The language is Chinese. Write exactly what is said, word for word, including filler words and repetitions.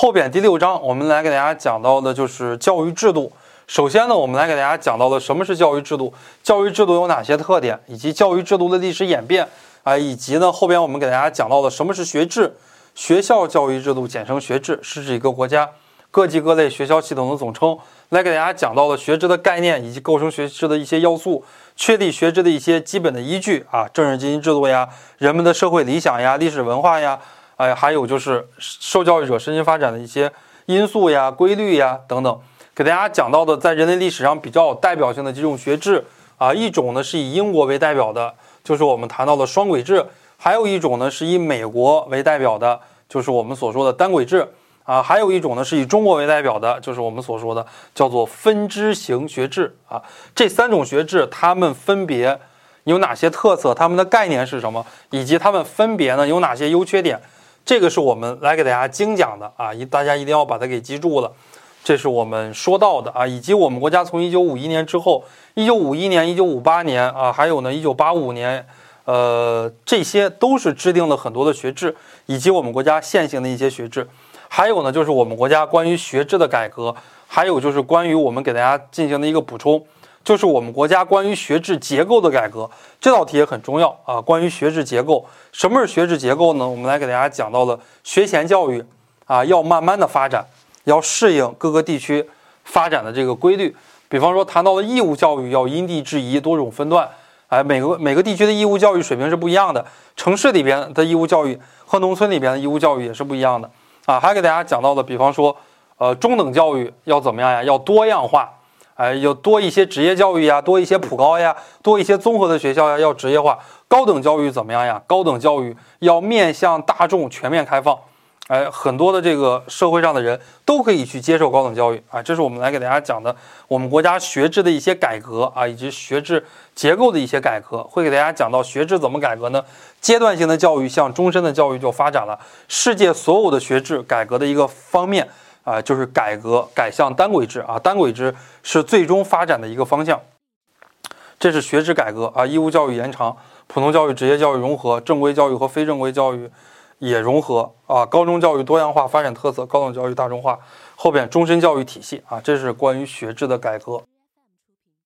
后边第六章我们来给大家讲到的就是教育制度。首先呢，我们来给大家讲到的什么是教育制度，教育制度有哪些特点，以及教育制度的历史演变啊，以及呢后边我们给大家讲到的什么是学制。学校教育制度简称学制，是指一个国家各级各类学校系统的总称。来给大家讲到了学制的概念以及构成学制的一些要素，确立学制的一些基本的依据啊，政治经济制度呀，人们的社会理想呀，历史文化呀，哎，还有就是受教育者身心发展的一些因素呀、规律呀等等。给大家讲到的在人类历史上比较有代表性的几种学制啊，一种呢是以英国为代表的，就是我们谈到的双轨制；还有一种呢是以美国为代表的，就是我们所说的单轨制。啊，还有一种呢是以中国为代表的，就是我们所说的叫做分支型学制啊。这三种学制，它们分别有哪些特色？它们的概念是什么？以及它们分别呢有哪些优缺点？这个是我们来给大家精讲的啊，一大家一定要把它给记住了。这是我们说到的啊，以及我们国家从一九五一年之后，一九五一年、一九五八年啊，还有呢一九八五年，呃，这些都是制定了很多的学制，以及我们国家现行的一些学制。还有呢，就是我们国家关于学制的改革，还有就是关于我们给大家进行的一个补充，就是我们国家关于学制结构的改革。这道题也很重要啊。关于学制结构，什么是学制结构呢？我们来给大家讲到了学前教育啊，要慢慢的发展，要适应各个地区发展的这个规律。比方说谈到了义务教育，要因地制宜，多种分段。哎，每个每个地区的义务教育水平是不一样的，城市里边的义务教育和农村里边的义务教育也是不一样的。啊，还给大家讲到的，比方说，呃，中等教育要怎么样呀？要多样化，哎，要多一些职业教育呀，多一些普高呀，多一些综合的学校呀，要职业化。高等教育怎么样呀？高等教育要面向大众，全面开放，哎，很多的这个社会上的人都可以去接受高等教育啊。这是我们来给大家讲的我们国家学制的一些改革啊，以及学制结构的一些改革，会给大家讲到学制怎么改革呢？阶段性的教育向终身的教育就发展了。世界所有的学制改革的一个方面啊、呃，就是改革改向单轨制啊，单轨制是最终发展的一个方向。这是学制改革啊，义务教育延长，普通教育、职业教育融合，正规教育和非正规教育也融合啊，高中教育多样化发展特色，高等教育大众化，后边终身教育体系啊，这是关于学制的改革。